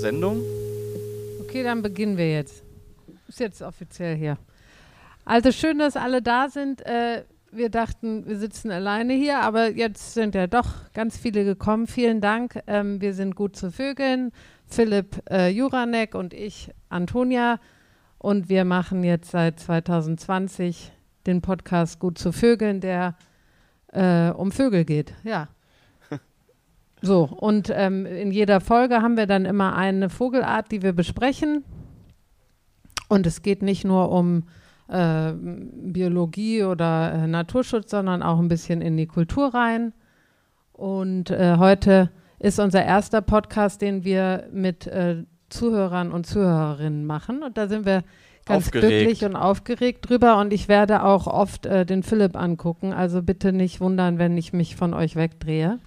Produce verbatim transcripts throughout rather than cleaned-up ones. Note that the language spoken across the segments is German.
Sendung. Okay, dann beginnen wir jetzt. Ist jetzt offiziell hier. Also schön, dass alle da sind. Äh, wir dachten, wir sitzen alleine hier, aber jetzt sind ja doch ganz viele gekommen. Vielen Dank. Ähm, wir sind gut zu Vögeln. Philipp äh, Juranek und ich, Antonia. Und wir machen jetzt seit zwanzig zwanzig den Podcast Gut zu Vögeln, der äh, um Vögel geht. Ja. So, und ähm, in jeder Folge haben wir dann immer eine Vogelart, die wir besprechen. Und es geht nicht nur um äh, Biologie oder äh, Naturschutz, sondern auch ein bisschen in die Kultur rein. Und äh, heute ist unser erster Podcast, den wir mit äh, Zuhörern und Zuhörerinnen machen. Und da sind wir ganz Aufgeregt. glücklich und aufgeregt drüber. Und ich werde auch oft äh, den Philipp angucken. Also bitte nicht wundern, wenn ich mich von euch wegdrehe.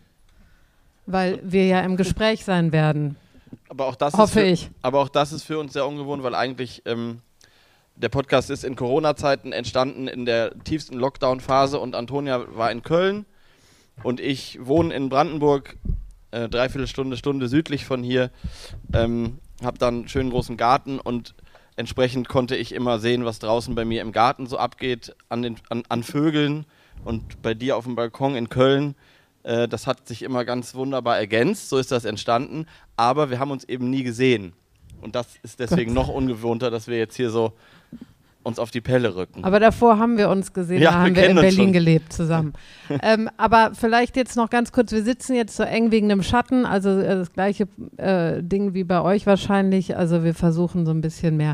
Weil wir ja im Gespräch sein werden. Aber auch das Hoffe ist für, ich. Aber auch das ist für uns sehr ungewohnt, weil eigentlich ähm, der Podcast ist in Corona-Zeiten entstanden, in der tiefsten Lockdown-Phase, und Antonia war in Köln und ich wohne in Brandenburg, äh, dreiviertel Stunde, Stunde südlich von hier, ähm, habe dann einen schönen großen Garten und entsprechend konnte ich immer sehen, was draußen bei mir im Garten so abgeht, an, den, an, an Vögeln, und bei dir auf dem Balkon in Köln. Äh, das hat sich immer ganz wunderbar ergänzt, so ist das entstanden, aber wir haben uns eben nie gesehen. Und das ist deswegen noch ungewohnter, dass wir jetzt hier so uns auf die Pelle rücken. Aber davor haben wir uns gesehen, Ja, da wir haben wir in kennen uns Berlin schon. gelebt zusammen. ähm, aber vielleicht jetzt noch ganz kurz, wir sitzen jetzt so eng wegen dem Schatten, also äh, das gleiche äh, Ding wie bei euch wahrscheinlich. Also wir versuchen so ein bisschen mehr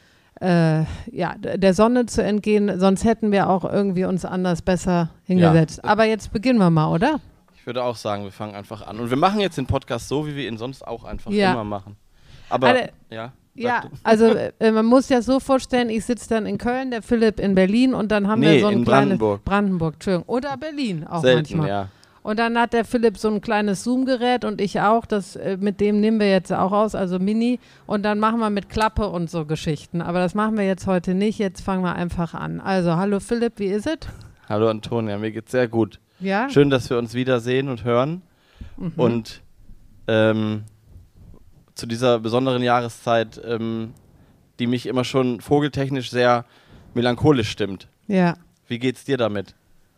äh, ja, d- der Sonne zu entgehen, sonst hätten wir auch irgendwie uns anders besser hingesetzt. Ja. Aber jetzt beginnen wir mal, oder? Ich würde auch sagen, wir fangen einfach an. Und wir machen jetzt den Podcast so, wie wir ihn sonst auch einfach Ja. immer machen. Aber, Alle- ja, sag Ja, du. also äh, man muss ja so vorstellen, ich sitze dann in Köln, der Philipp in Berlin und dann haben wir Nee, so ein in kleines Brandenburg. Brandenburg, Entschuldigung. Oder Berlin auch Selten, manchmal. ja. Und dann hat der Philipp so ein kleines Zoom-Gerät und ich auch. Das, äh, mit dem nehmen wir jetzt auch aus, also Mini. Und dann machen wir mit Klappe und so Geschichten. Aber das machen wir jetzt heute nicht. Jetzt fangen wir einfach an. Also, hallo Philipp, wie ist es? Hallo Antonia, mir geht's sehr gut. Ja? Schön, dass wir uns wiedersehen und hören. Mhm. Und ähm, zu dieser besonderen Jahreszeit, ähm, die mich immer schon vogeltechnisch sehr melancholisch stimmt. Ja, Wie geht's dir damit?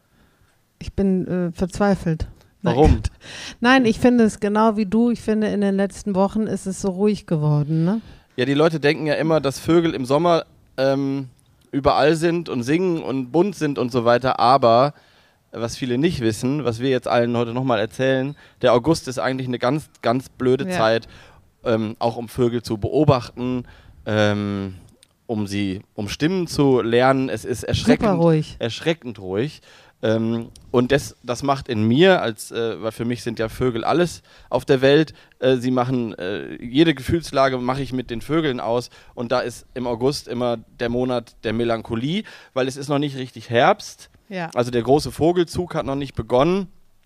ich bin äh, verzweifelt. Nein. Warum? Nein, ich finde es genau wie du. Ich finde, in den letzten Wochen ist es so ruhig geworden, ne? Ja, die Leute denken ja immer, dass Vögel im Sommer ähm, überall sind und singen und bunt sind und so weiter, aber was viele nicht wissen, was wir jetzt allen heute nochmal erzählen, der August ist eigentlich eine ganz, ganz blöde Ja. Zeit, ähm, auch um Vögel zu beobachten, ähm, um sie, um Stimmen zu lernen. Es ist erschreckend, Super ruhig. erschreckend ruhig. Ähm, und das, das macht in mir, als, äh, weil für mich sind ja Vögel alles auf der Welt, äh, sie machen, äh, jede Gefühlslage mache ich mit den Vögeln aus, und da ist im August immer der Monat der Melancholie, weil es ist noch nicht richtig Herbst, Ja. also der große Vogelzug hat noch nicht begonnen,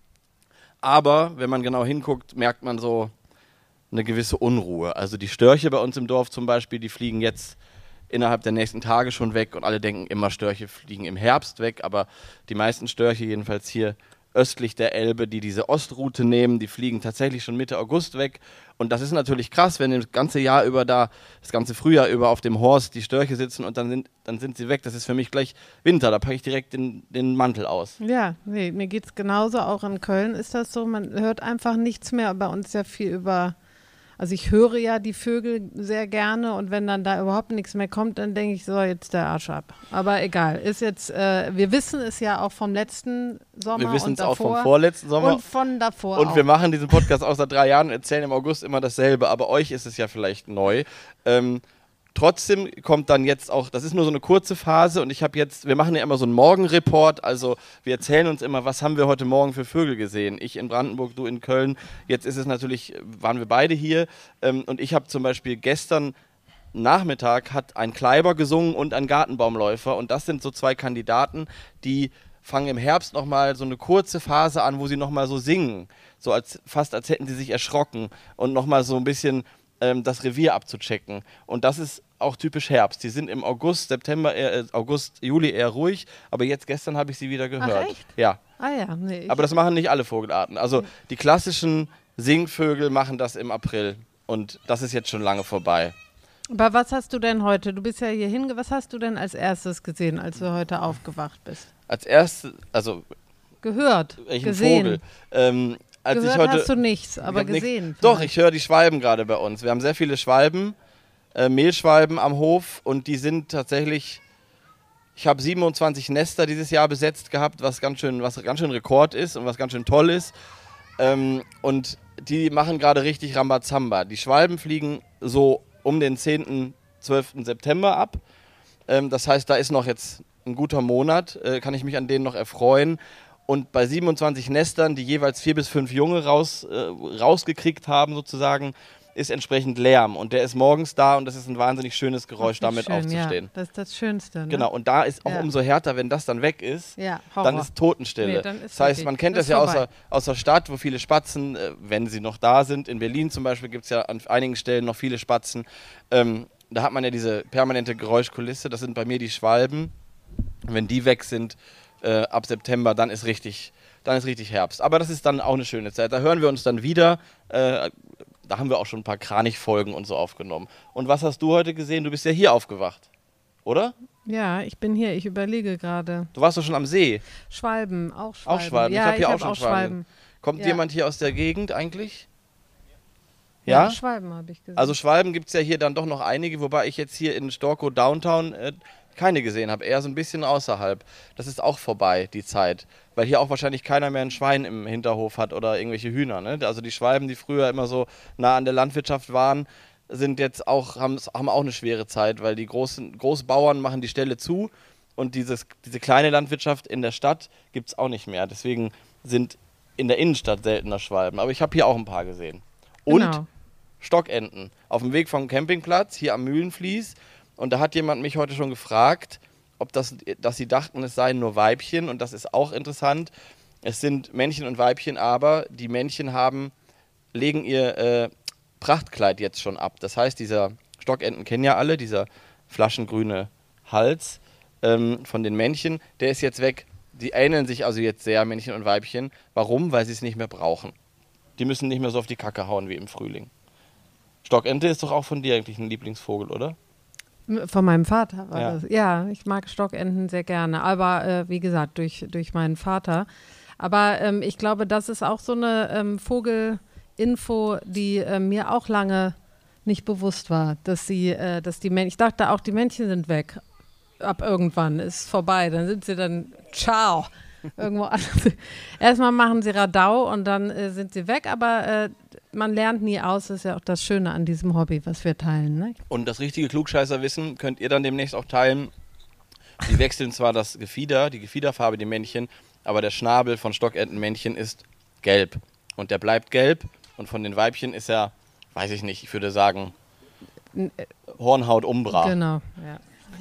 aber wenn man genau hinguckt, merkt man so eine gewisse Unruhe. Also die Störche bei uns im Dorf zum Beispiel, die fliegen jetzt innerhalb der nächsten Tage schon weg, und alle denken immer, Störche fliegen im Herbst weg, aber die meisten Störche, jedenfalls hier östlich der Elbe, die diese Ostroute nehmen, die fliegen tatsächlich schon Mitte August weg, und das ist natürlich krass, wenn das ganze Jahr über da, das ganze Frühjahr über auf dem Horst die Störche sitzen und dann sind, dann sind sie weg. Das ist für mich gleich Winter, da packe ich direkt den, den Mantel aus. Ja, nee, mir geht es genauso. Auch in Köln ist das so. Man hört einfach nichts mehr. Bei uns ja viel über, also ich höre ja die Vögel sehr gerne, und wenn dann da überhaupt nichts mehr kommt, dann denke ich so, jetzt der Arsch ab. Aber egal, ist jetzt, äh, wir wissen es ja auch vom letzten Sommer Wir wissen und es auch davor vom vorletzten Sommer. und von davor Und auch. wir machen diesen Podcast auch seit drei Jahren und erzählen im August immer dasselbe, aber euch ist es ja vielleicht neu. Ähm, trotzdem kommt dann jetzt auch, das ist nur so eine kurze Phase, und ich habe jetzt, wir machen ja immer so einen Morgenreport, also wir erzählen uns immer, was haben wir heute Morgen für Vögel gesehen. Ich in Brandenburg, du in Köln. Jetzt ist es natürlich, waren wir beide hier, ähm, und ich habe zum Beispiel gestern Nachmittag hat ein Kleiber gesungen und ein Gartenbaumläufer, und das sind so zwei Kandidaten, die fangen im Herbst nochmal so eine kurze Phase an, wo sie nochmal so singen, so als, fast als hätten sie sich erschrocken, und nochmal so ein bisschen ähm, das Revier abzuchecken. Und das ist auch typisch Herbst. Die sind im August, September, eher, äh, August, Juli eher ruhig, aber jetzt gestern habe ich sie wieder gehört. Ach, echt? Ja, Ah ja, nee. Ich, aber das machen nicht alle Vogelarten. Also die klassischen Singvögel machen das im April. Und das ist jetzt schon lange vorbei. Aber was hast du denn heute? Du bist ja hier hinge... Was hast du denn als erstes gesehen, als du heute aufgewacht bist? Als erstes, also... Gehört, welchen gesehen. Vogel? Ähm, als Gehört ich heute, hast du nichts, aber ich gesehen. Nix, doch, ich höre die Schwalben gerade bei uns. Wir haben sehr viele Schwalben, äh, Mehlschwalben am Hof und die sind tatsächlich... Ich habe siebenundzwanzig Nester dieses Jahr besetzt gehabt, was ganz schön, was ganz schön Rekord ist und was ganz schön toll ist. Ähm, und die machen gerade richtig Rambazamba. Die Schwalben fliegen so um den zehnten, zwölften September ab. Ähm, das heißt, da ist noch jetzt ein guter Monat, äh, kann ich mich an denen noch erfreuen. Und bei siebenundzwanzig Nestern, die jeweils vier bis fünf Junge raus, äh, rausgekriegt haben sozusagen, ist entsprechend Lärm. Und der ist morgens da und das ist ein wahnsinnig schönes Geräusch, Ach, wie damit schön, aufzustehen. Ja, das ist das Schönste. Ne? Genau, und da ist auch Ja. umso härter, wenn das dann weg ist, Ja, dann Horror. ist Totenstille. Nee, dann ist das heißt, wirklich- man kennt das das, ist ja aus vorbei. der, aus der Stadt, wo viele Spatzen, äh, wenn sie noch da sind, in Berlin zum Beispiel gibt es ja an einigen Stellen noch viele Spatzen, ähm, da hat man ja diese permanente Geräuschkulisse, das sind bei mir die Schwalben. Und wenn die weg sind, äh, ab September, dann ist richtig, dann ist richtig Herbst. Aber das ist dann auch eine schöne Zeit. Da hören wir uns dann wieder. Äh, da haben wir auch schon ein paar Kranich-Folgen und so aufgenommen. Und was hast du heute gesehen? Du bist ja hier aufgewacht, oder? Ja, ich bin hier, ich überlege gerade. Du warst doch schon am See. Schwalben, auch Schwalben. Auch Schwalben. Ja, ich habe hier auch hab schon auch Schwalben. Schwalben. Kommt Ja. jemand hier aus der Gegend eigentlich? Ja, Ja? Schwalben habe ich gesehen. Also Schwalben gibt es ja hier dann doch noch einige, wobei ich jetzt hier in Storkow Downtown äh, keine gesehen habe, eher so ein bisschen außerhalb. Das ist auch vorbei, die Zeit. Weil hier auch wahrscheinlich keiner mehr ein Schwein im Hinterhof hat oder irgendwelche Hühner. Ne? Also die Schwalben, die früher immer so nah an der Landwirtschaft waren, sind jetzt auch, haben, haben auch eine schwere Zeit, weil die großen Großbauern machen die Ställe zu und dieses, diese kleine Landwirtschaft in der Stadt gibt es auch nicht mehr. Deswegen sind in der Innenstadt seltener Schwalben. Aber ich habe hier auch ein paar gesehen. Und Genau. Stockenten auf dem Weg vom Campingplatz hier am Mühlenfließ. Und da hat jemand mich heute schon gefragt, ob das, dass sie dachten, es seien nur Weibchen. Und das ist auch interessant. Es sind Männchen und Weibchen, aber die Männchen haben, legen ihr äh, Prachtkleid jetzt schon ab. Das heißt, dieser Stockenten kennen ja alle, dieser flaschengrüne Hals ähm, von den Männchen, der ist jetzt weg. Die ähneln sich also jetzt sehr, Männchen und Weibchen. Warum? Weil sie es nicht mehr brauchen. Die müssen nicht mehr so auf die Kacke hauen wie im Frühling. Stockente ist doch auch von dir eigentlich ein Lieblingsvogel, oder? Von meinem Vater war Ja. das. Ja, ich mag Stockenten sehr gerne. Aber äh, wie gesagt, durch, durch meinen Vater. Aber ähm, ich glaube, das ist auch so eine ähm, Vogelinfo, die äh, mir auch lange nicht bewusst war, dass sie, äh, dass die Männchen, ich dachte auch, die Männchen sind weg. Ab irgendwann ist vorbei. Dann sind sie dann, ciao, irgendwo anders. Erstmal machen sie Radau und dann äh, sind sie weg, aber äh, man lernt nie aus, das ist ja auch das Schöne an diesem Hobby, was wir teilen. Ne? Und das richtige Klugscheißerwissen könnt ihr dann demnächst auch teilen. Die wechseln zwar das Gefieder, die Gefiederfarbe, die Männchen, aber der Schnabel von Stockentenmännchen ist gelb. Und der bleibt gelb und von den Weibchen ist er, weiß ich nicht, ich würde sagen, Hornhaut Umbra. Genau, ja.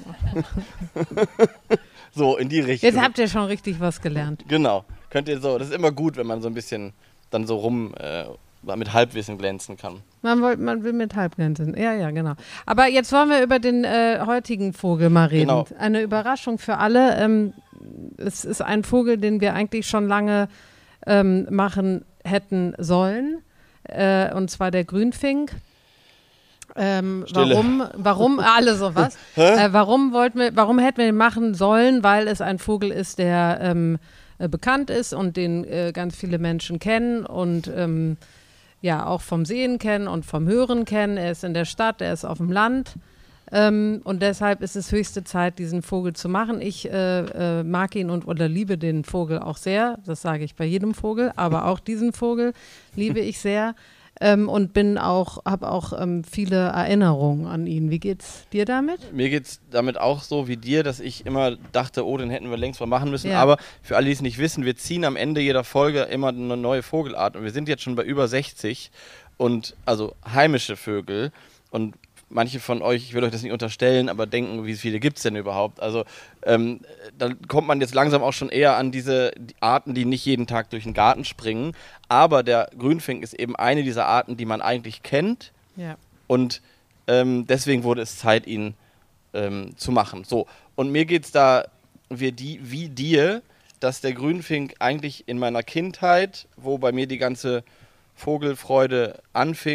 So, in die Richtung. Jetzt habt ihr schon richtig was gelernt. Genau. Könnt ihr so, das ist immer gut, wenn man so ein bisschen dann so rum äh, mit Halbwissen glänzen kann. Man, wollt, man will mit Halbgrenzen. Ja, ja, genau. Aber jetzt wollen wir über den äh, heutigen Vogel mal reden. Genau. Eine Überraschung für alle. Ähm, es ist ein Vogel, den wir eigentlich schon lange ähm, machen hätten sollen. Äh, und zwar der Grünfink. Ähm, Stille. warum? Warum? Alle sowas. äh, warum wollten wir? Warum hätten wir den machen sollen? Weil es ein Vogel ist, der ähm, äh, bekannt ist und den äh, ganz viele Menschen kennen und ähm, ja auch vom Sehen kennen und vom Hören kennen. Er ist in der Stadt, er ist auf dem Land. Ähm, und deshalb ist es höchste Zeit, diesen Vogel zu machen. Ich äh, äh, mag ihn und oder liebe den Vogel auch sehr. Das sage ich bei jedem Vogel, aber auch diesen Vogel liebe ich sehr. Ähm, und bin auch, habe auch ähm, viele Erinnerungen an ihn. Wie geht's dir damit? Mir geht es damit auch so wie dir, dass ich immer dachte, oh, den hätten wir längst mal machen müssen. Ja. Aber für alle, die es nicht wissen, wir ziehen am Ende jeder Folge immer eine neue Vogelart. Und wir sind jetzt schon bei über sechzig. Und also heimische Vögel. Und manche von euch, ich will euch das nicht unterstellen, aber denken, wie viele gibt es denn überhaupt? Also ähm, dann kommt man jetzt langsam auch schon eher an diese die Arten, die nicht jeden Tag durch den Garten springen. Aber der Grünfink ist eben eine dieser Arten, die man eigentlich kennt. Ja. Und ähm, deswegen wurde es Zeit, ihn ähm, zu machen. So, und mir geht es da wie, die, wie dir, dass der Grünfink eigentlich in meiner Kindheit, wo bei mir die ganze Vogelfreude anfing,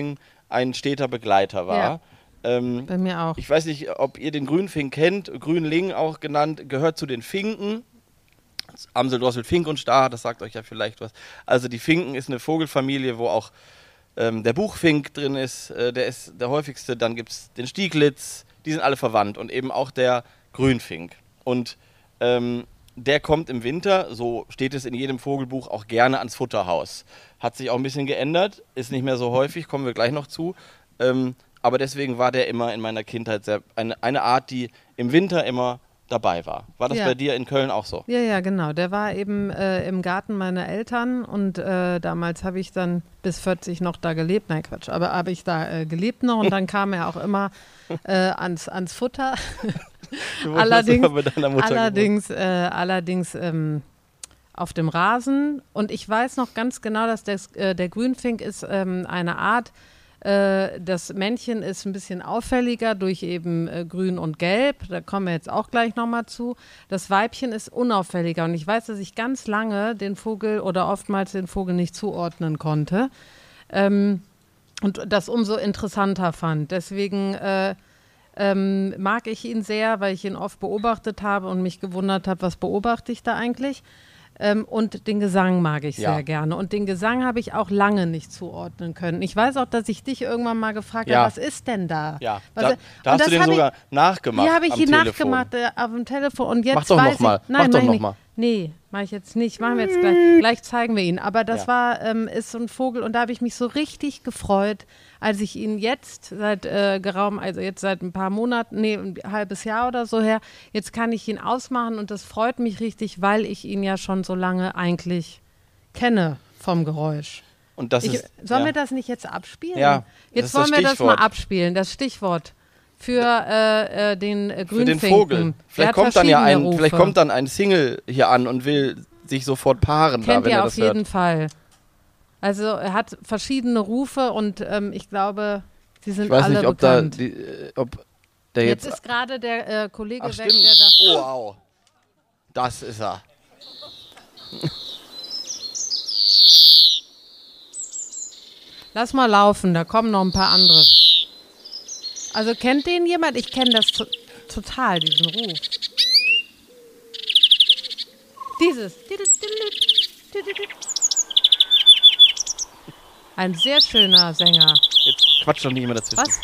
ein steter Begleiter war. Ja. Ähm, Bei mir auch. Ich weiß nicht, ob ihr den Grünfink kennt, Grünling auch genannt, gehört zu den Finken. Amsel, Drossel, Fink und Star, das sagt euch ja vielleicht was. Also die Finken ist eine Vogelfamilie, wo auch ähm, der Buchfink drin ist, äh, der ist der häufigste. Dann gibt es den Stieglitz, die sind alle verwandt und eben auch der Grünfink. Und ähm, der kommt im Winter, so steht es in jedem Vogelbuch, auch gerne ans Futterhaus. Hat sich auch ein bisschen geändert, ist nicht mehr so häufig, kommen wir gleich noch zu. Ähm, aber deswegen war der immer in meiner Kindheit sehr, eine, eine Art, die im Winter immer dabei war. War das Ja. bei dir in Köln auch so? Ja, ja, genau. Der war eben äh, im Garten meiner Eltern und äh, damals habe ich dann bis vierzig noch da gelebt. Nein, Quatsch, aber habe ich da äh, gelebt noch und dann kam er auch immer äh, ans, ans Futter. Du allerdings immer mit deiner Mutter allerdings, äh, allerdings ähm, auf dem Rasen. Und ich weiß noch ganz genau, dass der, äh, der Grünfink ist ähm, eine Art. Äh, das Männchen ist ein bisschen auffälliger durch eben äh, Grün und Gelb. Da kommen wir jetzt auch gleich nochmal zu. Das Weibchen ist unauffälliger. Und ich weiß, dass ich ganz lange den Vogel oder oftmals den Vogel nicht zuordnen konnte. Ähm, und das umso interessanter fand. Deswegen äh, ähm, mag ich ihn sehr, weil ich ihn oft beobachtet habe und mich gewundert habe, was beobachte ich da eigentlich. Ähm, und den Gesang mag ich Ja. sehr gerne. Und den Gesang habe ich auch lange nicht zuordnen können. Ich weiß auch, dass ich dich irgendwann mal gefragt Ja. habe, was ist denn da? Ja, Was, da, da hast du den habe sogar nachgemacht. Ja, habe ich am ihn Telefon. nachgemacht äh, auf dem Telefon. Und jetzt Mach doch weiß noch mal. ich, nein, Mach doch ich noch nicht. mal. Nee, mache ich jetzt nicht. Machen wir jetzt gleich. Gleich zeigen wir ihn. Aber das Ja. war, ähm, ist so ein Vogel und da habe ich mich so richtig gefreut, als ich ihn jetzt seit äh, geraumen, also jetzt seit ein paar Monaten, nee, ein halbes Jahr oder so her, jetzt kann ich ihn ausmachen und das freut mich richtig, weil ich ihn ja schon so lange eigentlich kenne vom Geräusch. Und das Ich, ist, sollen ja. wir das nicht jetzt abspielen? Ja, Jetzt das ist wollen das wir das mal Stichwort. abspielen, das Stichwort für äh, äh, den äh, Für Grünfinken. den Vogel. Der Vielleicht hat kommt, dann ja verschiedene ein, vielleicht Rufe. kommt dann ein Single hier an und will sich sofort paaren, da, Kennt wenn ihr er auf das jeden hört. Fall. Also er hat verschiedene Rufe und ähm, ich glaube, sie sind Ich weiß alle nicht, ob, bekannt. da die, äh, ob der jetzt jetzt... ist gerade der äh, Kollege Ach, weg, stimmt. der da... Oh, wow. Das ist er. Lass mal laufen, da kommen noch ein paar andere. Also kennt den jemand? Ich kenne das to total, diesen Ruf. Dieses. Ein sehr schöner Sänger. Jetzt quatscht doch nicht immer dazwischen. Was?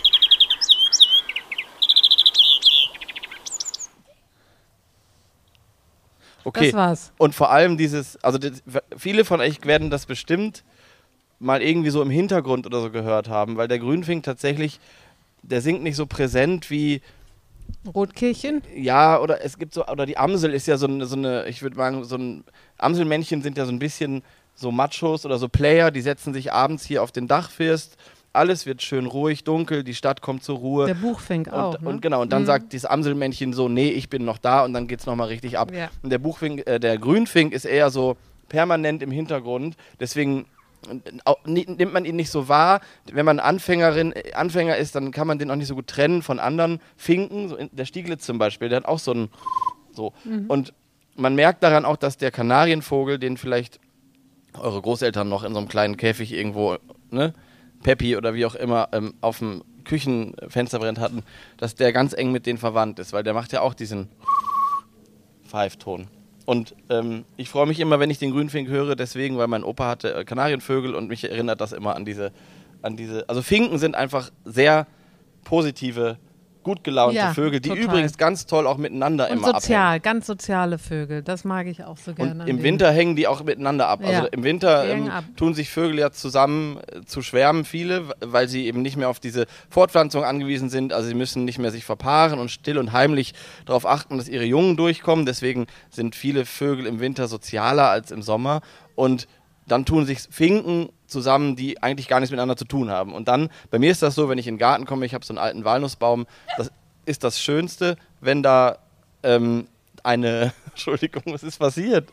Okay. Das war's. Und vor allem dieses, also das, viele von euch werden das bestimmt mal irgendwie so im Hintergrund oder so gehört haben, weil der Grünfink tatsächlich, der singt nicht so präsent wie, Rotkehlchen? ja, oder es gibt so, oder die Amsel ist ja so eine, so eine ich würde sagen, so ein, Amselmännchen sind ja so ein bisschen so Machos oder so Player, die setzen sich abends hier auf den Dachfirst, alles wird schön ruhig, dunkel, die Stadt kommt zur Ruhe. Der Buchfink auch, Und, ne? und genau, und dann Mhm. sagt dieses Amselmännchen so, nee, ich bin noch da und dann geht's nochmal richtig ab. Ja. Und der Buchfink, äh, der Grünfink ist eher so permanent im Hintergrund, deswegen äh, au- ni- nimmt man ihn nicht so wahr. Wenn man Anfängerin, äh, Anfänger ist, dann kann man den auch nicht so gut trennen von anderen Finken. So in, der Stieglitz zum Beispiel, der hat auch so einen, so. Mhm. Und man merkt daran auch, dass der Kanarienvogel, den vielleicht eure Großeltern noch in so einem kleinen Käfig irgendwo, ne, Peppi oder wie auch immer, ähm, auf dem Küchenfensterbrett hatten, dass der ganz eng mit denen verwandt ist, weil der macht ja auch diesen Pfeifton. Und ähm, ich freue mich immer, wenn ich den Grünfink höre, deswegen, weil mein Opa hatte äh, Kanarienvögel und mich erinnert das immer an diese, an diese, also Finken sind einfach sehr positive, gut gelaunte Ja, Vögel, die total. übrigens ganz toll auch miteinander Und immer sozial, abhängen. ganz soziale Vögel. Das mag ich auch so gerne. Und an im denen. Winter hängen die auch miteinander ab. Ja, Also im Winter die hängen ähm, ab. tun sich Vögel ja zusammen äh, zu schwärmen, viele, w- weil sie eben nicht mehr auf diese Fortpflanzung angewiesen sind. Also sie müssen nicht mehr sich verpaaren und still und heimlich darauf achten, dass ihre Jungen durchkommen. Deswegen sind viele Vögel im Winter sozialer als im Sommer. Und dann tun sich Finken zusammen, die eigentlich gar nichts miteinander zu tun haben. Und dann, bei mir ist das so, wenn ich in den Garten komme, ich habe so einen alten Walnussbaum, das ist das Schönste, wenn da ähm, eine, Entschuldigung, was ist passiert?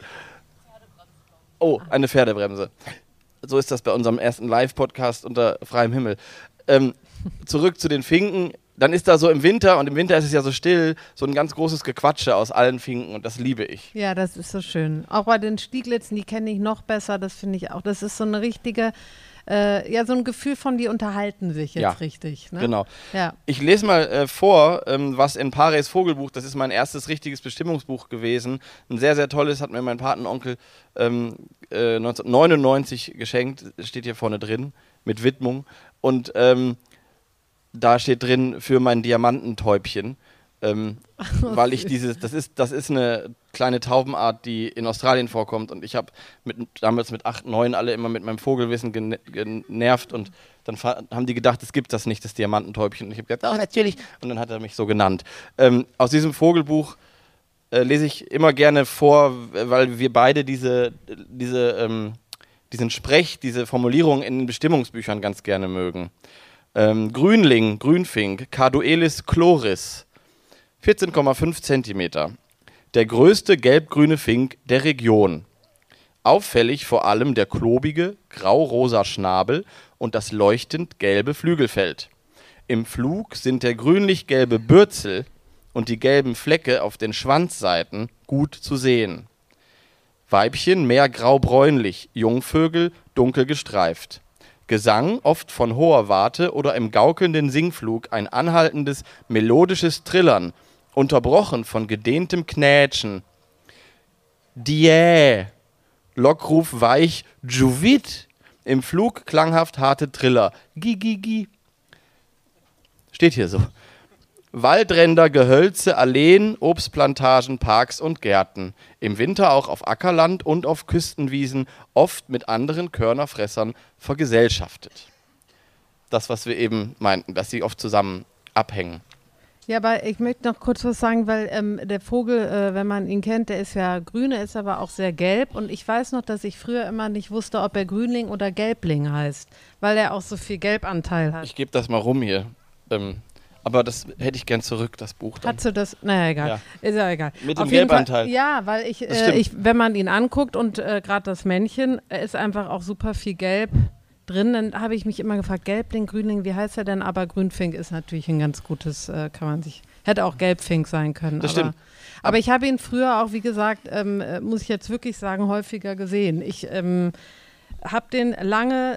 Oh, eine Pferdebremse. So ist das bei unserem ersten Live-Podcast unter freiem Himmel. Ähm, zurück zu den Finken. Dann ist da so im Winter, und im Winter ist es ja so still, so ein ganz großes Gequatsche aus allen Finken und das liebe ich. Ja, das ist so schön. Auch bei den Stieglitzen, die kenne ich noch besser, das finde ich auch. Das ist so eine richtige, äh, ja, so ein Gefühl von, die unterhalten sich jetzt ja, richtig. Ne? Genau. Ja. Ich lese mal äh, vor, ähm, was in Pareys Vogelbuch, das ist mein erstes richtiges Bestimmungsbuch gewesen, ein sehr, sehr tolles, hat mir mein Patenonkel ähm, äh, neunzehnhundertneunundneunzig geschenkt, steht hier vorne drin, mit Widmung. Und ähm, da steht drin für mein Diamantentäubchen. Ähm, weil ich dieses, das ist, das ist eine kleine Taubenart, die in Australien vorkommt und ich habe mit, damals mit acht, neun alle immer mit meinem Vogelwissen gene genervt und dann haben die gedacht, es gibt das nicht, das Diamantentäubchen. Und ich habe gesagt, oh, natürlich. Und dann hat er mich so genannt. Ähm, aus diesem Vogelbuch äh, lese ich immer gerne vor, weil wir beide diese, diese, ähm, diesen Sprech, diese Formulierung in den Bestimmungsbüchern ganz gerne mögen. Ähm, Grünling, Grünfink, Carduelis chloris, vierzehn Komma fünf Zentimeter. Der größte gelbgrüne Fink der Region. Auffällig vor allem der klobige, grau-rosa Schnabel und das leuchtend gelbe Flügelfeld. Im Flug sind der grünlich-gelbe Bürzel und die gelben Flecke auf den Schwanzseiten gut zu sehen. Weibchen mehr grau-bräunlich, Jungvögel dunkel gestreift. Gesang oft von hoher Warte oder im gaukelnden Singflug ein anhaltendes, melodisches Trillern, unterbrochen von gedehntem Knätschen. Diä, Lockruf weich, Juvit, im Flug klanghaft harte Triller. Gi, gi, gi. Steht hier so. Waldränder, Gehölze, Alleen, Obstplantagen, Parks und Gärten. Im Winter auch auf Ackerland und auf Küstenwiesen, oft mit anderen Körnerfressern vergesellschaftet. Das, was wir eben meinten, dass sie oft zusammen abhängen. Ja, aber ich möchte noch kurz was sagen, weil ähm, der Vogel, äh, wenn man ihn kennt, der ist ja grün, er ist aber auch sehr gelb. Und ich weiß noch, dass ich früher immer nicht wusste, ob er Grünling oder Gelbling heißt, weil er auch so viel Gelbanteil hat. Ich gebe das mal rum hier. Ähm, aber das hätte ich gern zurück, das Buch dann. Hast du das? Naja, egal. Ja. Ist ja egal. Mit dem Auf jeden Gelbanteil. Fall, ja, weil ich, äh, ich, wenn man ihn anguckt und äh, gerade das Männchen, äh, ist einfach auch super viel Gelb drin. Dann habe ich mich immer gefragt, Gelbling, Grünling, wie heißt er denn? Aber Grünfink ist natürlich ein ganz gutes, äh, kann man sich, hätte auch Gelbfink sein können. Das aber, stimmt. Aber ich habe ihn früher auch, wie gesagt, ähm, muss ich jetzt wirklich sagen, häufiger gesehen. Ich ähm, habe den lange,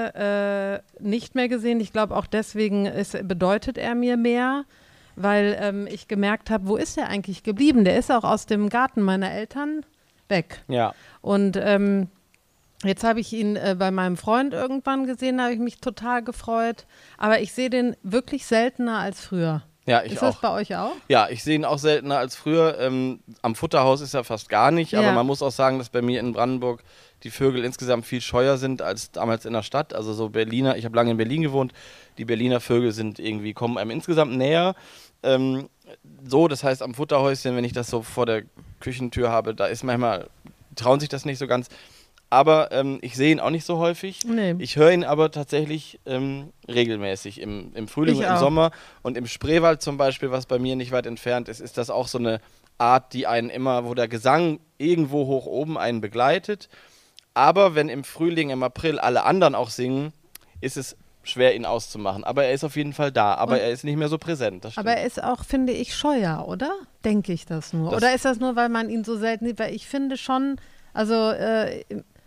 lange äh, nicht mehr gesehen. Ich glaube auch deswegen ist, bedeutet er mir mehr, weil ähm, ich gemerkt habe, wo ist er eigentlich geblieben? Der ist auch aus dem Garten meiner Eltern weg. Ja. Und ähm, jetzt habe ich ihn äh, bei meinem Freund irgendwann gesehen, da habe ich mich total gefreut. Aber ich sehe den wirklich seltener als früher. Ja, ich ist auch. das bei euch auch? Ja, ich sehe ihn auch seltener als früher. Ähm, am Futterhaus ist er fast gar nicht, Ja. aber man muss auch sagen, dass bei mir in Brandenburg die Vögel insgesamt viel scheuer sind als damals in der Stadt. Also so Berliner, ich habe lange in Berlin gewohnt, die Berliner Vögel sind irgendwie, kommen einem insgesamt näher. Ähm, so, das heißt am Futterhäuschen, wenn ich das so vor der Küchentür habe, da ist manchmal, trauen sich das nicht so ganz. Aber ähm, ich sehe ihn auch nicht so häufig. Nee. Ich höre ihn aber tatsächlich ähm, regelmäßig im, im Frühling Ich und im auch. Sommer. Und im Spreewald zum Beispiel, was bei mir nicht weit entfernt ist, ist das auch so eine Art, die einen immer, wo der Gesang irgendwo hoch oben einen begleitet. Aber wenn im Frühling, im April alle anderen auch singen, ist es schwer, ihn auszumachen. Aber er ist auf jeden Fall da. Aber Und er ist nicht mehr so präsent. Das Aber er ist auch, finde ich, scheuer, oder? Denke ich das nur. Das- oder ist das nur, weil man ihn so selten sieht? Weil ich finde schon, also äh,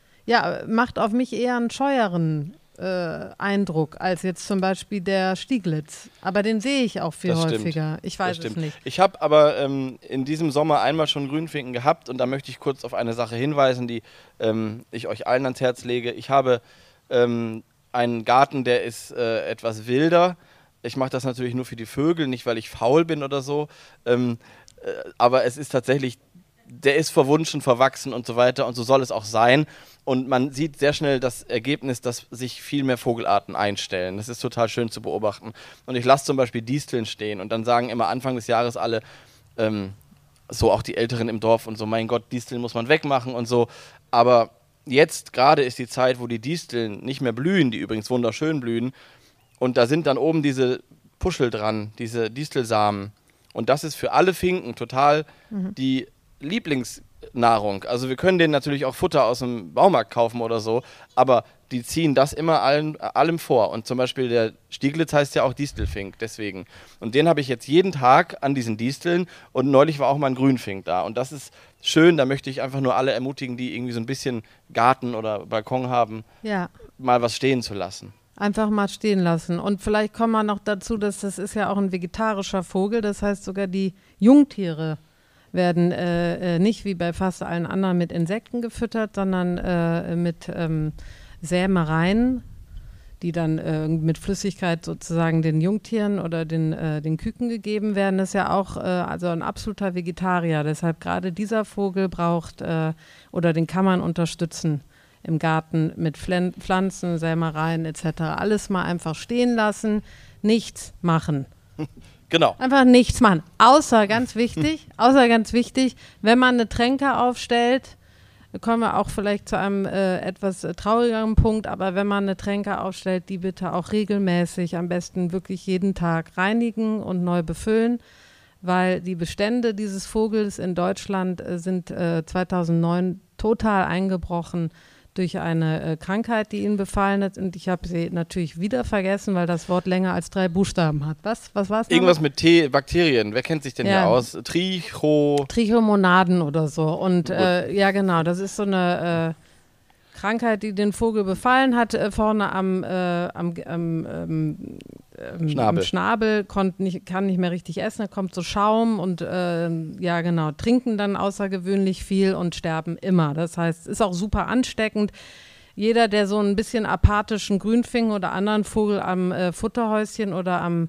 ja, macht auf mich eher einen scheueren äh, Eindruck als jetzt zum Beispiel der Stieglitz. Aber den sehe ich auch viel Das stimmt. häufiger. Ich Das weiß es stimmt. nicht. Ich habe aber ähm, in diesem Sommer einmal schon Grünfinken gehabt und da möchte ich kurz auf eine Sache hinweisen, die ähm, ich euch allen ans Herz lege. Ich habe ähm, einen Garten, der ist äh, etwas wilder. Ich mache das natürlich nur für die Vögel, nicht weil ich faul bin oder so. Ähm, äh, aber es ist tatsächlich, der ist verwunschen, verwachsen und so weiter und so soll es auch sein. Und man sieht sehr schnell das Ergebnis, dass sich viel mehr Vogelarten einstellen. Das ist total schön zu beobachten. Und ich lasse zum Beispiel Disteln stehen und dann sagen immer Anfang des Jahres alle, ähm, so auch die Älteren im Dorf und so, mein Gott, Disteln muss man wegmachen und so. Aber jetzt gerade ist die Zeit, wo die Disteln nicht mehr blühen, die übrigens wunderschön blühen. Und da sind dann oben diese Puschel dran, diese Distelsamen. Und das ist für alle Finken total Mhm. die Lieblings- Nahrung. Also wir können denen natürlich auch Futter aus dem Baumarkt kaufen oder so, aber die ziehen das immer allen, allem vor. Und zum Beispiel der Stieglitz heißt ja auch Distelfink, deswegen. Und den habe ich jetzt jeden Tag an diesen Disteln und neulich war auch mal ein Grünfink da. Und das ist schön, da möchte ich einfach nur alle ermutigen, die irgendwie so ein bisschen Garten oder Balkon haben, Ja. mal was stehen zu lassen. Einfach mal stehen lassen. Und vielleicht kommen wir noch dazu, dass das ist ja auch ein vegetarischer Vogel, das heißt sogar die Jungtiere werden äh, äh, nicht wie bei fast allen anderen mit Insekten gefüttert, sondern äh, mit ähm, Sämereien, die dann äh, mit Flüssigkeit sozusagen den Jungtieren oder den, äh, den Küken gegeben werden. Das ist ja auch äh, also ein absoluter Vegetarier. Deshalb gerade dieser Vogel braucht äh, oder den kann man unterstützen im Garten mit Pfl- Pflanzen, Sämereien et cetera. Alles mal einfach stehen lassen, nichts machen. Genau. Einfach nichts machen. Außer, ganz wichtig, außer ganz wichtig, wenn man eine Tränke aufstellt, kommen wir auch vielleicht zu einem äh, etwas äh, traurigeren Punkt, aber wenn man eine Tränke aufstellt, die bitte auch regelmäßig, am besten wirklich jeden Tag reinigen und neu befüllen, weil die Bestände dieses Vogels in Deutschland äh, sind äh, zweitausendneun total eingebrochen durch eine äh, Krankheit, die ihn befallen hat. Und ich habe sie natürlich wieder vergessen, weil das Wort länger als drei Buchstaben hat. Was, was war es? Irgendwas mit T, Bakterien. Wer kennt sich denn Ja. hier aus? Tricho... Trichomonaden oder so. Und äh, ja, genau, das ist so eine äh, Krankheit, die den Vogel befallen hat. Äh, vorne am, äh, am, am, ähm, ähm, Schnabel. am Schnabel konnt nicht, kann nicht mehr richtig essen, da kommt so Schaum und äh, ja, genau, trinken dann außergewöhnlich viel und sterben immer. Das heißt, ist auch super ansteckend. Jeder, der so ein bisschen apathischen Grünfink oder anderen Vogel am äh, Futterhäuschen oder am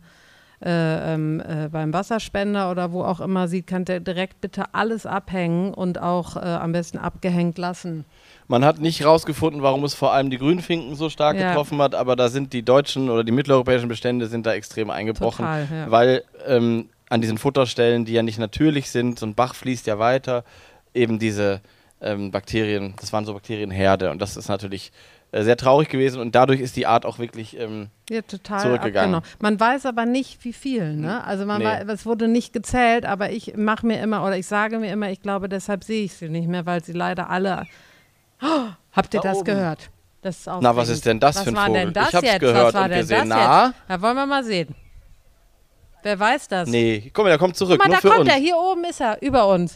Äh, ähm, äh, beim Wasserspender oder wo auch immer sieht, kann der direkt bitte alles abhängen und auch äh, am besten abgehängt lassen. Man hat nicht rausgefunden, warum es vor allem die Grünfinken so stark Ja. getroffen hat, aber da sind die deutschen oder die mitteleuropäischen Bestände sind da extrem eingebrochen, Total, ja. weil ähm, an diesen Futterstellen, die ja nicht natürlich sind, so ein Bach fließt ja weiter, eben diese ähm, Bakterien, das waren so Bakterienherde und das ist natürlich äh, sehr traurig gewesen und dadurch ist die Art auch wirklich ähm, Ja, total zurückgegangen. abgenommen. Man weiß aber nicht, wie viel. Ne? Also man Nee. wei- es wurde nicht gezählt, aber ich mache mir immer oder ich sage mir immer, ich glaube, deshalb sehe ich sie nicht mehr, weil sie leider alle. Oh, habt ihr Da das oben. gehört? Das ist Na, was aufregend. ist denn das was für ein war Vogel? Denn das Ich hab's jetzt? gehört was war und denn gesehen. Das Na? jetzt? Da wollen wir mal sehen. Wer weiß das? Nee, guck mal, der kommt zurück, Guck mal, nur da für kommt uns. er. Hier oben ist er, über uns.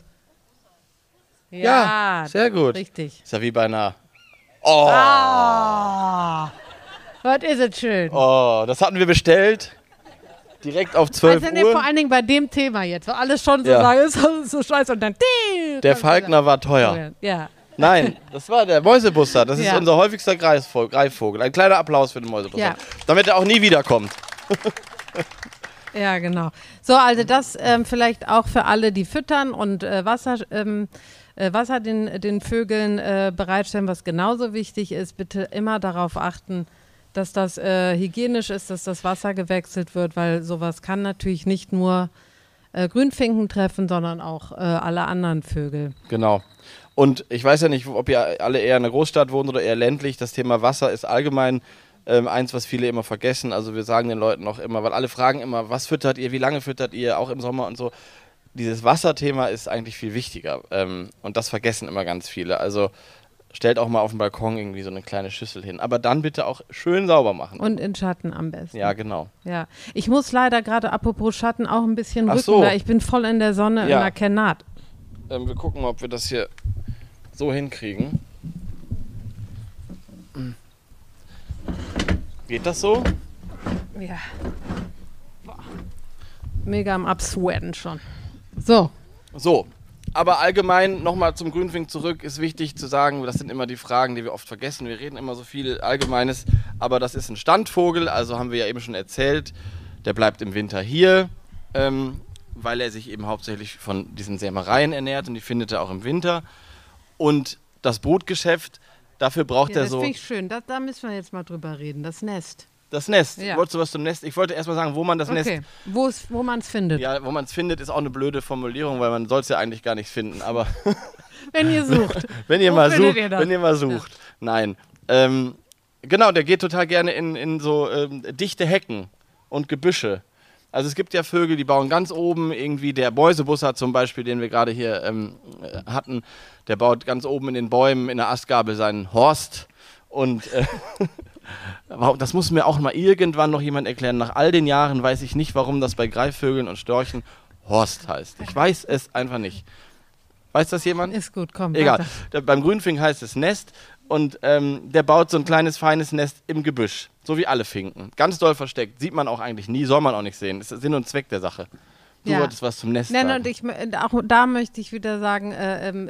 Ja, sehr gut. Richtig. Ist ja wie bei einer... Oh, Ah, was ist es schön. oh, das hatten wir bestellt. Direkt auf zwölf Also nee, vor Uhr. allen Dingen bei dem Thema jetzt, wo alles schon so Ja. sagen, ist so, so scheiße und dann ding, Der kommt Falkner war teuer. wieder. Ja. Nein, das war der Mäusebusser. Das ist Ja. unser häufigster Greifvogel. Greifvogel. Ein kleiner Applaus für den Mäusebusser. Ja. Damit er auch nie wiederkommt. Ja, genau. So, also das ähm, vielleicht auch für alle, die füttern und äh, Wasser, ähm, äh, Wasser den, den Vögeln äh, bereitstellen, was genauso wichtig ist. Bitte immer darauf achten, dass das äh, hygienisch ist, dass das Wasser gewechselt wird, weil sowas kann natürlich nicht nur äh, Grünfinken treffen, sondern auch äh, alle anderen Vögel. Genau. Und ich weiß ja nicht, ob ihr alle eher in einer Großstadt wohnt oder eher ländlich. Das Thema Wasser ist allgemein ähm, eins, was viele immer vergessen. Also wir sagen den Leuten auch immer, weil alle fragen immer, was füttert ihr, wie lange füttert ihr, auch im Sommer und so. Dieses Wasserthema ist eigentlich viel wichtiger. Ähm, und das vergessen immer ganz viele. Also stellt auch mal auf dem Balkon irgendwie so eine kleine Schüssel hin. Aber dann bitte auch schön sauber machen. Und in Schatten am besten. Ja, genau. Ja. Ich muss leider gerade, apropos Schatten, auch ein bisschen Ach rücken, so. weil ich bin voll in der Sonne in Ja. der Kernat. Ähm, wir gucken mal, ob wir das hier so hinkriegen. Geht das so? Ja. Boah. Mega am Absweaten schon. So. So. Aber allgemein nochmal zum Grünfink zurück, ist wichtig zu sagen, das sind immer die Fragen, die wir oft vergessen. Wir reden immer so viel Allgemeines, aber das ist ein Standvogel, also haben wir ja eben schon erzählt, der bleibt im Winter hier, ähm, weil er sich eben hauptsächlich von diesen Sämereien ernährt und die findet er auch im Winter. Und das Brutgeschäft, dafür braucht Ja, er das so finde ich schön. Da, da müssen wir jetzt mal drüber reden. Das Nest. das Nest. Ja. Wolltest du was zum Nest? Ich wollte erst mal sagen, wo man das Nest Okay. Wo, es- wo man es findet. Ja, wo man es findet, ist auch eine blöde Formulierung, weil man soll es ja eigentlich gar nicht finden. Aber Wenn ihr sucht. wenn ihr Wo mal findet sucht, ihr das? wenn ihr mal sucht. Nein. Ähm, genau, der geht total gerne in, in so ähm, dichte Hecken und Gebüsche. Also es gibt ja Vögel, die bauen ganz oben irgendwie, der Mäusebussard zum Beispiel, den wir gerade hier ähm, hatten, der baut ganz oben in den Bäumen in der Astgabel seinen Horst und äh, das muss mir auch mal irgendwann noch jemand erklären. Nach all den Jahren weiß ich nicht, warum das bei Greifvögeln und Störchen Horst heißt. Ich weiß es einfach nicht. Weiß das jemand? Ist gut, komm. Egal. Da, beim Grünfink heißt es Nest und ähm, der baut so ein kleines, feines Nest im Gebüsch. So wie alle Finken. Ganz doll versteckt. Sieht man auch eigentlich nie, soll man auch nicht sehen. Das ist Sinn und Zweck der Sache. Du ja. wolltest was zum Nest Nein, sagen. und ich, auch da möchte ich wieder sagen, äh, ähm,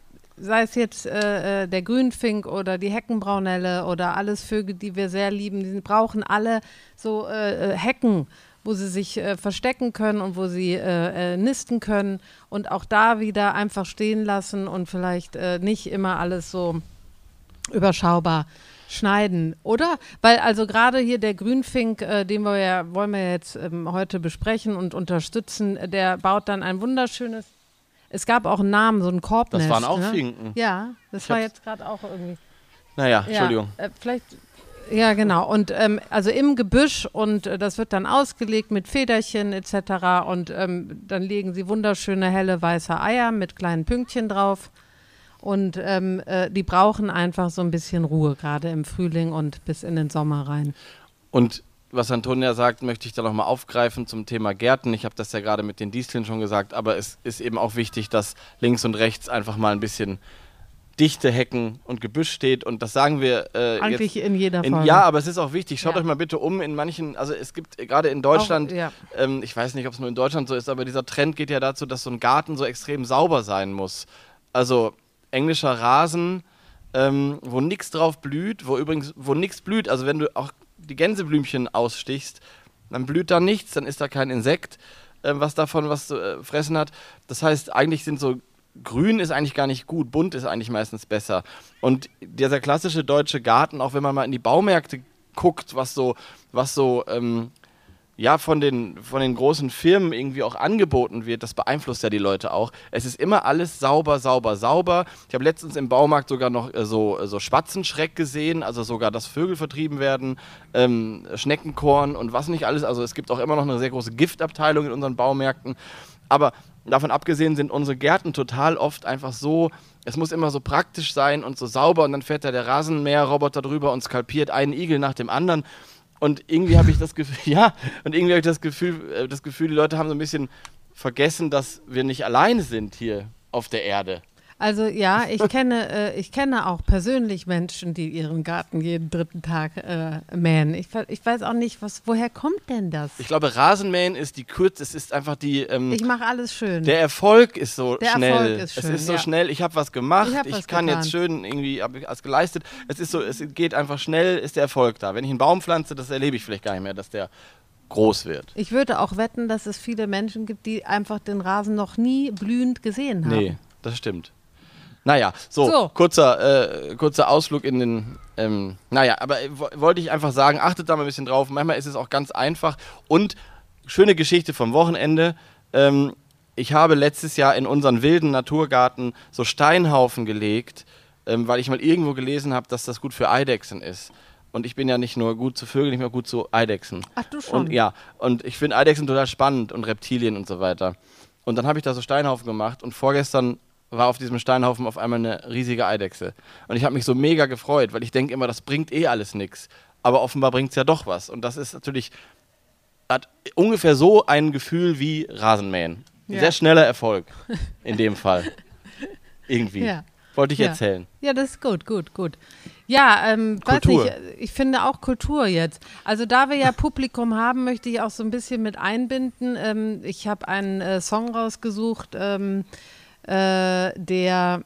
sei es jetzt äh, der Grünfink oder die Heckenbraunelle oder alles Vögel, die wir sehr lieben, die brauchen alle so äh, Hecken, wo sie sich äh, verstecken können und wo sie äh, äh, nisten können und auch da wieder einfach stehen lassen und vielleicht äh, nicht immer alles so überschaubar schneiden, oder? Weil also gerade hier der Grünfink, äh, den wir ja, wollen wir jetzt ähm, heute besprechen und unterstützen, der baut dann ein wunderschönes, es gab auch einen Namen, so ein Korbnest. Das waren auch ne? Finken. Ja, das Ich war hab's- jetzt gerade auch irgendwie. Naja, Ja, Entschuldigung. Äh, vielleicht, ja genau. Und ähm, also im Gebüsch und äh, das wird dann ausgelegt mit Federchen et cetera. Und ähm, dann legen sie wunderschöne helle weiße Eier mit kleinen Pünktchen drauf. Und ähm, äh, die brauchen einfach so ein bisschen Ruhe, gerade im Frühling und bis in den Sommer rein. Und was Antonia sagt, möchte ich da nochmal aufgreifen zum Thema Gärten. Ich habe das ja gerade mit den Disteln schon gesagt, aber es ist eben auch wichtig, dass links und rechts einfach mal ein bisschen dichte Hecken und Gebüsch steht. Und das sagen wir äh, Eigentlich jetzt in jeder in, Folge. ja, aber es ist auch wichtig. Schaut Ja. euch mal bitte um in manchen, also es gibt äh, gerade in Deutschland, Auch, ja. ähm, ich weiß nicht, ob es nur in Deutschland so ist, aber dieser Trend geht ja dazu, dass so ein Garten so extrem sauber sein muss. Also englischer Rasen, ähm, wo nichts drauf blüht, wo übrigens, wo nichts blüht, also wenn du auch die Gänseblümchen ausstichst, dann blüht da nichts, dann ist da kein Insekt, äh, was davon was zu äh, fressen hat. Das heißt, eigentlich sind so, grün ist eigentlich gar nicht gut, bunt ist eigentlich meistens besser. Und dieser klassische deutsche Garten, auch wenn man mal in die Baumärkte guckt, was so, was so, ähm, ja, von den, von den großen Firmen irgendwie auch angeboten wird, das beeinflusst ja die Leute auch. Es ist immer alles sauber, sauber, sauber. Ich habe letztens im Baumarkt sogar noch äh, so, äh, so Spatzenschreck gesehen, also sogar, dass Vögel vertrieben werden, ähm, Schneckenkorn und was nicht alles. Also es gibt auch immer noch eine sehr große Giftabteilung in unseren Baumärkten. Aber davon abgesehen sind unsere Gärten total oft einfach so, es muss immer so praktisch sein und so sauber und dann fährt da der Rasenmäherroboter drüber und skalpiert einen Igel nach dem anderen. Und irgendwie habe ich das Gefühl, ja, und irgendwie habe ich das Gefühl, äh, das Gefühl, die Leute haben so ein bisschen vergessen, dass wir nicht alleine sind hier auf der Erde. Also ja, ich kenne, äh, ich kenne auch persönlich Menschen, die ihren Garten jeden dritten Tag äh, mähen. Ich, we- ich weiß auch nicht, was, woher kommt denn das? Ich glaube, Rasenmähen ist die Kürze, es ist einfach die, ähm, Ich mache alles schön. der Erfolg ist so Der schnell. Erfolg ist es schön, ist so ja. schnell, ich habe was gemacht, Ich ich, hab was kann getan. jetzt schön irgendwie, habe ich was geleistet. Es ist so, es geht einfach schnell, ist der Erfolg da. Wenn ich einen Baum pflanze, das erlebe ich vielleicht gar nicht mehr, dass der groß wird. Ich würde auch wetten, dass es viele Menschen gibt, die einfach den Rasen noch nie blühend gesehen haben. Nee, das stimmt. Naja, so, So. Kurzer, äh, kurzer Ausflug in den, ähm, naja, aber äh, wo- wollte ich einfach sagen, achtet da mal ein bisschen drauf. Manchmal ist es auch ganz einfach. Und schöne Geschichte vom Wochenende. Ähm, ich habe letztes Jahr in unseren wilden Naturgarten so Steinhaufen gelegt, ähm, weil ich mal irgendwo gelesen habe, dass das gut für Eidechsen ist. Und ich bin ja nicht nur gut zu Vögeln, ich bin auch gut zu Eidechsen. Ach, du schon. Und ja, und ich finde Eidechsen total spannend und Reptilien und so weiter. Und dann habe ich da so Steinhaufen gemacht und vorgestern war auf diesem Steinhaufen auf einmal eine riesige Eidechse. Und ich habe mich so mega gefreut, weil ich denke immer, das bringt eh alles nichts. Aber offenbar bringt es ja doch was. Und das ist natürlich, hat ungefähr so ein Gefühl wie Rasenmähen. Ja. Sehr schneller Erfolg in dem Fall. Irgendwie. Ja. Wollte ich Ja. erzählen. Ja, das ist gut, gut, gut. Ja, ähm, weiß Kultur. nicht, ich finde auch Kultur jetzt. Also da wir ja Publikum haben, möchte ich auch so ein bisschen mit einbinden. Ähm, ich habe einen äh, Song rausgesucht, ähm, äh, der,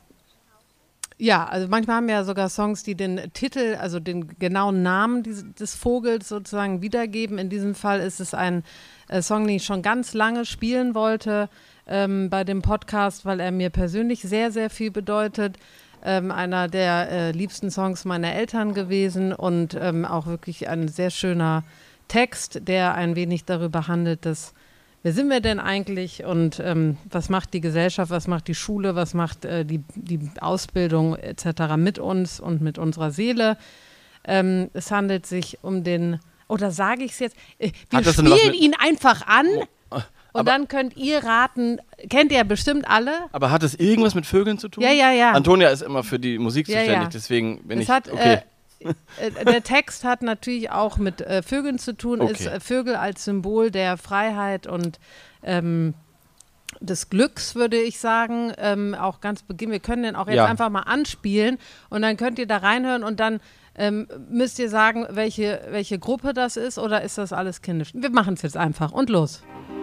ja, also manchmal haben wir ja sogar Songs, die den Titel, also den genauen Namen des, des Vogels sozusagen wiedergeben. In diesem Fall ist es ein äh, Song, den ich schon ganz lange spielen wollte ähm, bei dem Podcast, weil er mir persönlich sehr, sehr viel bedeutet. Ähm, einer der äh, liebsten Songs meiner Eltern gewesen und ähm, auch wirklich ein sehr schöner Text, der ein wenig darüber handelt, dass wer sind wir denn eigentlich und ähm, was macht die Gesellschaft, was macht die Schule, was macht äh, die, die Ausbildung et cetera mit uns und mit unserer Seele. Ähm, es handelt sich um den, oder sage ich es jetzt? Äh, wir Hat das denn was spielen mit- ihn einfach an Oh, äh, und aber- dann könnt ihr raten, kennt ihr ja bestimmt alle? Aber hat das irgendwas mit Vögeln zu tun? Ja, ja, ja. Antonia ist immer für die Musik Ja, zuständig, ja. deswegen bin Es ich, hat, okay. äh, äh, der Text hat natürlich auch mit äh, Vögeln zu tun, Okay. ist äh, Vögel als Symbol der Freiheit und ähm, des Glücks, würde ich sagen, ähm, auch ganz Beginn. Wir können den auch jetzt Ja. einfach mal anspielen und dann könnt ihr da reinhören und dann ähm, müsst ihr sagen, welche, welche Gruppe das ist oder ist das alles kindisch. Wir machen es jetzt einfach und los.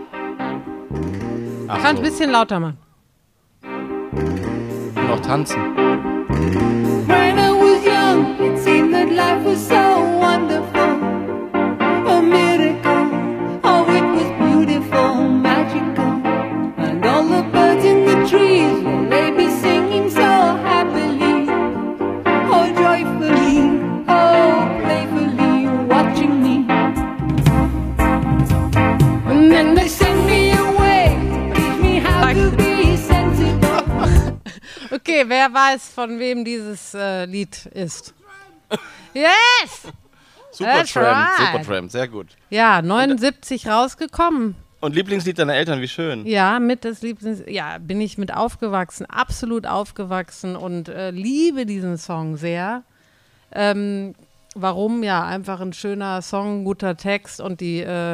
Ach Kann ein so. bisschen lauter machen. Und noch tanzen. When I was young, it seemed that life was so wonderful. A miracle, oh, it was beautiful, magical. And all the birds in the trees, well, they be singing so happily. Oh, joyfully, oh, playfully, watching me. And then they send me away, teach me how to be sensible. Okay, wer weiß, von wem dieses äh, Lied ist? Yes! That's Supertramp, right. Supertramp, sehr gut. Ja, neunundsiebzig rausgekommen. Und Lieblingslied deiner Eltern, wie schön. Ja, mit das Lieblings, ja, bin ich mit aufgewachsen, absolut aufgewachsen und äh, liebe diesen Song sehr. Ähm, warum? Ja, einfach ein schöner Song, guter Text und die, äh,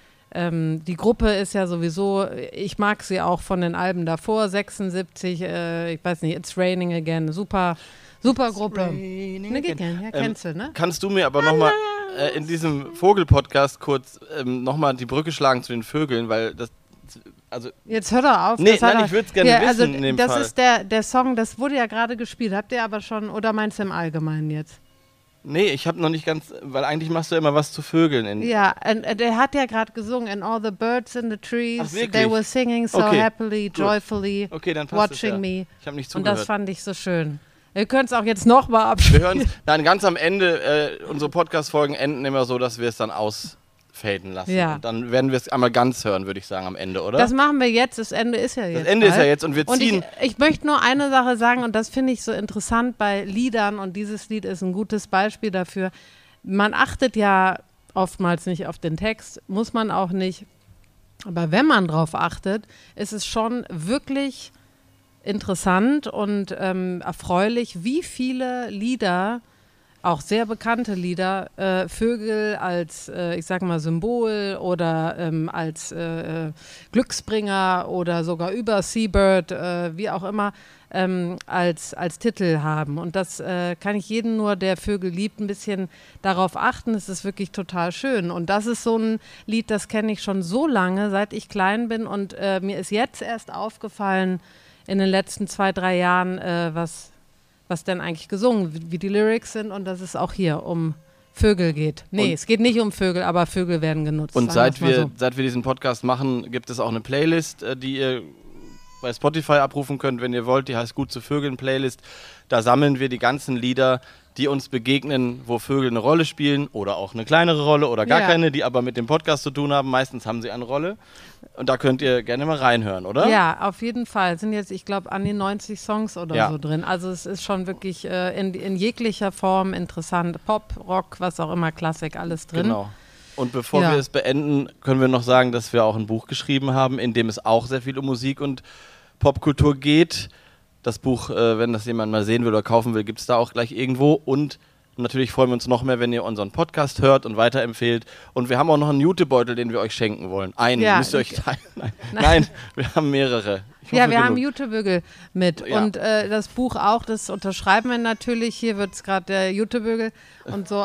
ähm, die Gruppe ist ja sowieso, ich mag sie auch von den Alben davor, sechsundsiebzig, äh, ich weiß nicht, It's Raining Again, super, super Gruppe. Ne, geht gern, ja, kennst du, ne? Kannst du mir aber nochmal äh, in diesem Vogel-Podcast kurz ähm, nochmal die Brücke schlagen zu den Vögeln, weil das, also Jetzt hör doch auf. Nee, das hat nein, er- ich würd's gerne ja, wissen also, in dem das Fall. ist der, der Song, das wurde ja gerade gespielt. Habt ihr aber schon, oder meinst du im Allgemeinen jetzt? nee, ich habe noch nicht ganz, weil eigentlich machst du immer was zu Vögeln. In, Ja, and, äh, der hat ja gerade gesungen, and all the birds in the trees, Ach, wirklich? they were singing so Okay, happily, gut. joyfully, Okay, dann passt watching es ja. me. Ich habe nicht Und das zugehört. fand ich so schön. Ihr könnt es auch jetzt nochmal Wir abspielen. hören nein, ganz am Ende, äh, unsere Podcast-Folgen enden immer so, dass wir es dann ausfaden lassen. Ja. Und dann werden wir es einmal ganz hören, würde ich sagen, am Ende, oder? Das machen wir jetzt, das Ende ist ja jetzt. Das Ende ist ja bald. jetzt und wir Und ich, ziehen. ich möchte nur eine Sache sagen und das finde ich so interessant bei Liedern und dieses Lied ist ein gutes Beispiel dafür. Man achtet ja oftmals nicht auf den Text, muss man auch nicht. Aber wenn man drauf achtet, ist es schon wirklich interessant und ähm, erfreulich, wie viele Lieder, auch sehr bekannte Lieder, äh, Vögel als, äh, ich sag mal, Symbol oder ähm, als äh, äh, Glücksbringer oder sogar über Seabird, äh, wie auch immer, ähm, als, als Titel haben. Und das äh, kann ich jeden nur, der Vögel liebt, ein bisschen darauf achten. Es ist wirklich total schön. Und das ist so ein Lied, das kenne ich schon so lange, seit ich klein bin. Und äh, mir ist jetzt erst aufgefallen, in den letzten zwei, drei Jahren, äh, was, was denn eigentlich gesungen, wie, wie die Lyrics sind und dass es auch hier um Vögel geht. Nee, Und- es geht nicht um Vögel, aber Vögel werden genutzt. Und sagen seit wir's mal wir, so. seit wir diesen Podcast machen, gibt es auch eine Playlist, äh, die ihr bei Spotify abrufen könnt, wenn ihr wollt. Die heißt Gut zu Vögeln Playlist. Da sammeln wir die ganzen Lieder, die uns begegnen, wo Vögel eine Rolle spielen oder auch eine kleinere Rolle oder gar Ja. keine, die aber mit dem Podcast zu tun haben. Meistens haben sie eine Rolle. Und da könnt ihr gerne mal reinhören, oder? Ja, auf jeden Fall. Es sind jetzt, ich glaube, an die neunzig Songs oder Ja. so drin. Also es ist schon wirklich äh, in, in jeglicher Form interessant. Pop, Rock, was auch immer, Klassik, alles drin. Genau. Und bevor Ja. wir es beenden, können wir noch sagen, dass wir auch ein Buch geschrieben haben, in dem es auch sehr viel um Musik und Popkultur geht. Das Buch, äh, wenn das jemand mal sehen will oder kaufen will, gibt es da auch gleich irgendwo. Und natürlich freuen wir uns noch mehr, wenn ihr unseren Podcast hört und weiterempfehlt. Und wir haben auch noch einen Jutebeutel, den wir euch schenken wollen. Einen, Ja, müsst ihr ich- euch teilen. Nein, Nein, wir haben mehrere. Ich Ja, hoffe, wir haben genug. Jutebügel mit. Ja. Und äh, das Buch auch, das unterschreiben wir natürlich. Hier wird es gerade der Jutebügel und so.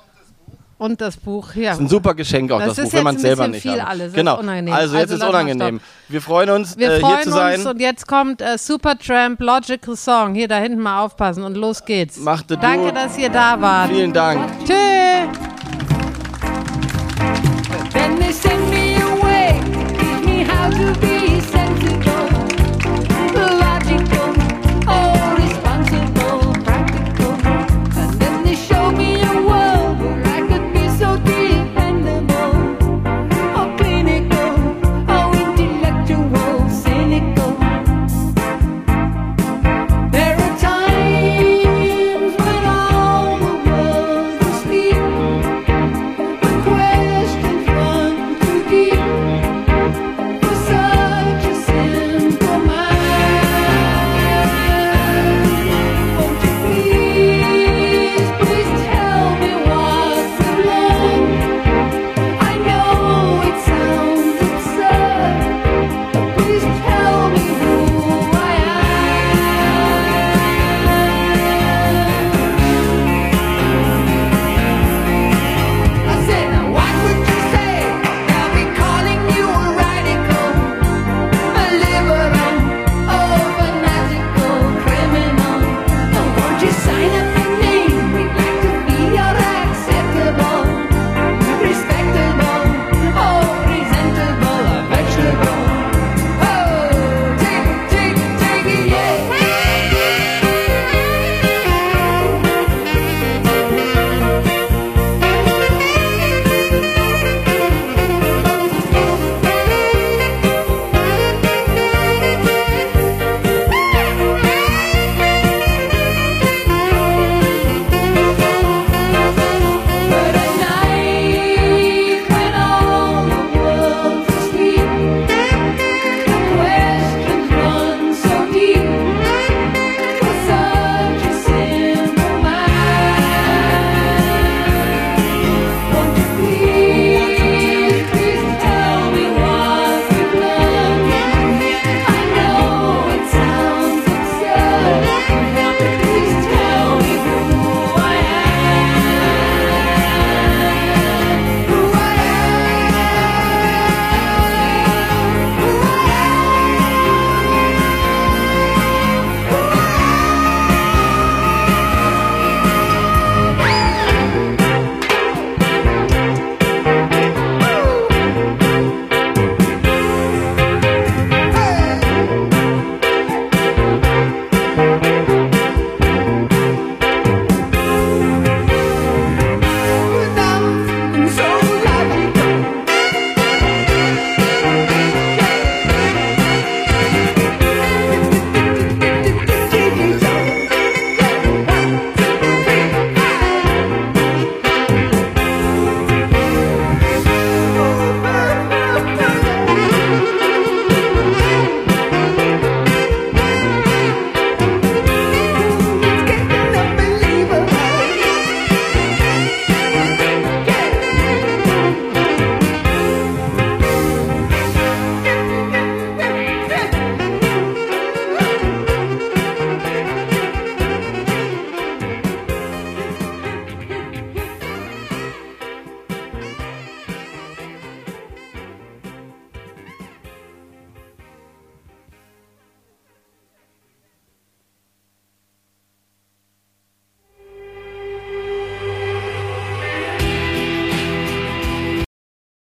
Und das Buch, ja. Das ist ein super Geschenk auch, Das das, ist Buch, wenn jetzt man es ein selber bisschen nicht viel hat. alles, das ist Genau, unangenehm. also jetzt Also ist lass mal unangenehm. Wir freuen uns, Wir äh, freuen hier zu uns sein. und jetzt kommt äh, Supertramp Logical Song. Hier da hinten mal aufpassen und los geht's. Machte Danke, du. dass ihr da wart. Vielen Dank. Tschüss. Then they send me away, teach me how to be